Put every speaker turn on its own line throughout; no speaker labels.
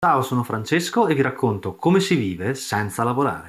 Ciao, sono Francesco e vi racconto come si vive senza lavorare.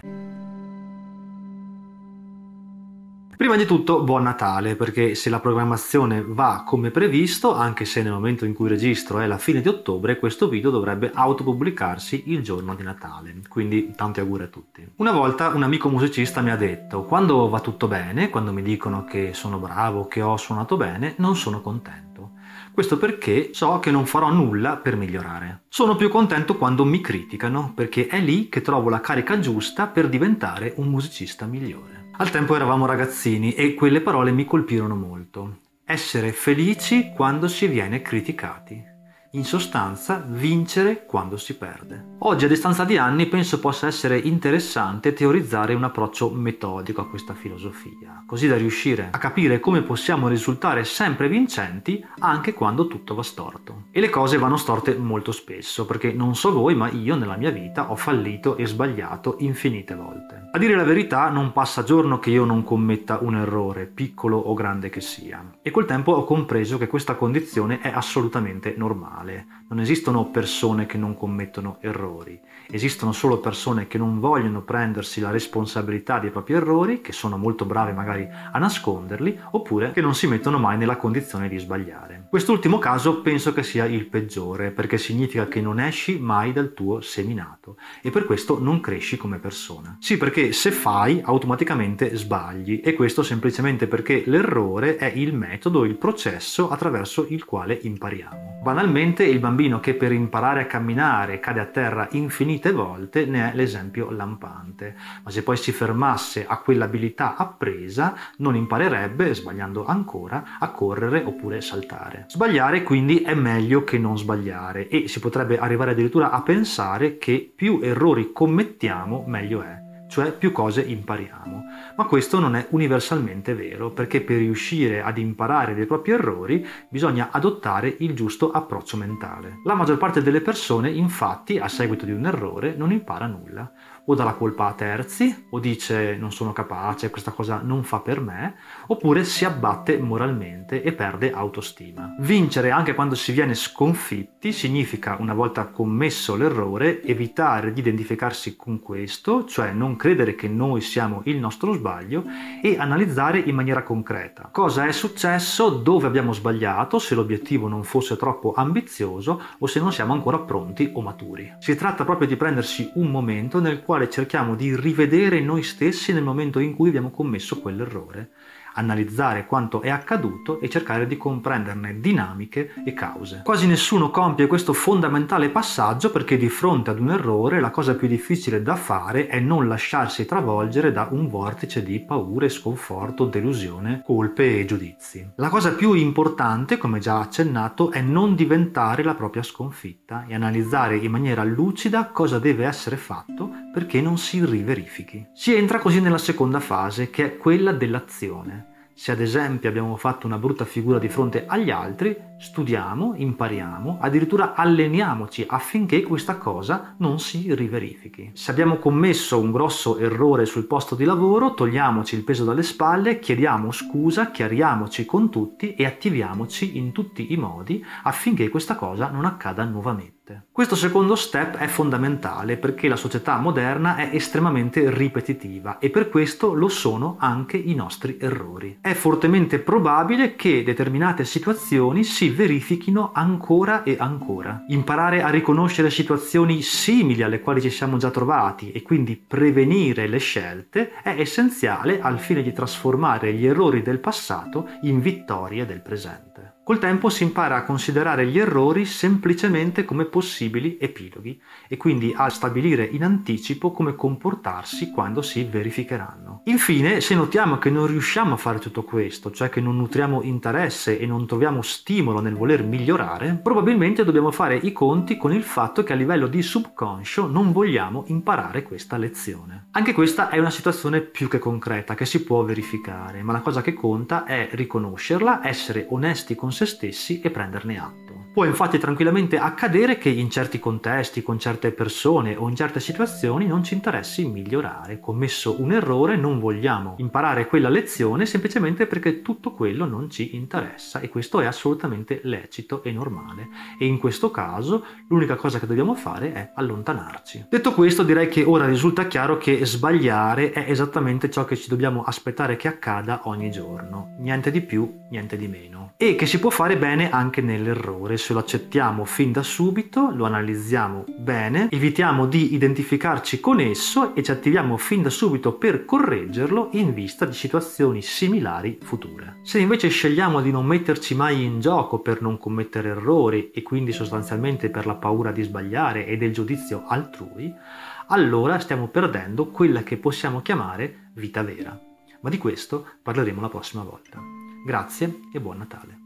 Prima di tutto, buon Natale, perché se la programmazione va come previsto, anche se nel momento in cui registro è la fine di ottobre, questo video dovrebbe autopubblicarsi il giorno di Natale. Quindi tanti auguri a tutti. Una volta un amico musicista mi ha detto: quando va tutto bene, quando mi dicono che sono bravo, che ho suonato bene, non sono contento. Questo perché so che non farò nulla per migliorare. Sono più contento quando mi criticano, perché è lì che trovo la carica giusta per diventare un musicista migliore. Al tempo eravamo ragazzini e quelle parole mi colpirono molto. Essere felici quando si viene criticati. In sostanza, vincere quando si perde. Oggi, a distanza di anni, penso possa essere interessante teorizzare un approccio metodico a questa filosofia, così da riuscire a capire come possiamo risultare sempre vincenti anche quando tutto va storto. E le cose vanno storte molto spesso, perché non so voi, ma io nella mia vita ho fallito e sbagliato infinite volte. A dire la verità, non passa giorno che io non commetta un errore, piccolo o grande che sia. E col tempo ho compreso che questa condizione è assolutamente normale. Non esistono persone che non commettono errori, esistono solo persone che non vogliono prendersi la responsabilità dei propri errori, che sono molto brave magari a nasconderli, oppure che non si mettono mai nella condizione di sbagliare. Quest'ultimo caso penso che sia il peggiore, perché significa che non esci mai dal tuo seminato e per questo non cresci come persona. Sì, perché se fai automaticamente sbagli, e questo semplicemente perché l'errore è il metodo, il processo attraverso il quale impariamo. Banalmente, il bambino che per imparare a camminare cade a terra infinite volte ne è l'esempio lampante, ma se poi si fermasse a quell'abilità appresa non imparerebbe, sbagliando ancora, a correre oppure saltare. Sbagliare quindi è meglio che non sbagliare, e si potrebbe arrivare addirittura a pensare che più errori commettiamo meglio è, cioè più cose impariamo. Ma questo non è universalmente vero, perché per riuscire ad imparare dai propri errori bisogna adottare il giusto approccio mentale. La maggior parte delle persone, infatti, a seguito di un errore non impara nulla. O dà la colpa a terzi, o dice non sono capace, questa cosa non fa per me, oppure si abbatte moralmente e perde autostima. Vincere anche quando si viene sconfitti significa, una volta commesso l'errore, evitare di identificarsi con questo, cioè non credere che noi siamo il nostro sbaglio, e analizzare in maniera concreta cosa è successo, dove abbiamo sbagliato, se l'obiettivo non fosse troppo ambizioso o se non siamo ancora pronti o maturi. Si tratta proprio di prendersi un momento nel quale cerchiamo di rivedere noi stessi nel momento in cui abbiamo commesso quell'errore, analizzare quanto è accaduto e cercare di comprenderne dinamiche e cause. Quasi nessuno compie questo fondamentale passaggio, perché di fronte ad un errore la cosa più difficile da fare è non lasciarsi travolgere da un vortice di paure, sconforto, delusione, colpe e giudizi. La cosa più importante, come già accennato, è non diventare la propria sconfitta e analizzare in maniera lucida cosa deve essere fatto perché non si riverifichi. Si entra così nella seconda fase, che è quella dell'azione. Se ad esempio abbiamo fatto una brutta figura di fronte agli altri, studiamo, impariamo, addirittura alleniamoci affinché questa cosa non si riverifichi. Se abbiamo commesso un grosso errore sul posto di lavoro, togliamoci il peso dalle spalle, chiediamo scusa, chiariamoci con tutti e attiviamoci in tutti i modi affinché questa cosa non accada nuovamente. Questo secondo step è fondamentale, perché la società moderna è estremamente ripetitiva e per questo lo sono anche i nostri errori. È fortemente probabile che determinate situazioni si verifichino ancora e ancora. Imparare a riconoscere situazioni simili alle quali ci siamo già trovati e quindi prevenire le scelte è essenziale al fine di trasformare gli errori del passato in vittorie del presente. Col tempo si impara a considerare gli errori semplicemente come possibili epiloghi e quindi a stabilire in anticipo come comportarsi quando si verificheranno. Infine, se notiamo che non riusciamo a fare tutto questo, cioè che non nutriamo interesse e non troviamo stimolo nel voler migliorare, probabilmente dobbiamo fare i conti con il fatto che a livello di subconscio non vogliamo imparare questa lezione. Anche questa è una situazione più che concreta che si può verificare, ma la cosa che conta è riconoscerla, essere onesti con se stessi e prenderne atto. Può infatti tranquillamente accadere che in certi contesti, con certe persone o in certe situazioni non ci interessi migliorare. Commesso un errore, non vogliamo imparare quella lezione semplicemente perché tutto quello non ci interessa, e questo è assolutamente lecito e normale, e in questo caso l'unica cosa che dobbiamo fare è allontanarci. Detto questo, direi che ora risulta chiaro che sbagliare è esattamente ciò che ci dobbiamo aspettare che accada ogni giorno, niente di più, niente di meno, e che si può fare bene anche nell'errore se lo accettiamo fin da subito, lo analizziamo bene, evitiamo di identificarci con esso e ci attiviamo fin da subito per correggerlo in vista di situazioni similari future. Se invece scegliamo di non metterci mai in gioco per non commettere errori e quindi sostanzialmente per la paura di sbagliare e del giudizio altrui, allora stiamo perdendo quella che possiamo chiamare vita vera. Ma di questo parleremo la prossima volta. Grazie e buon Natale.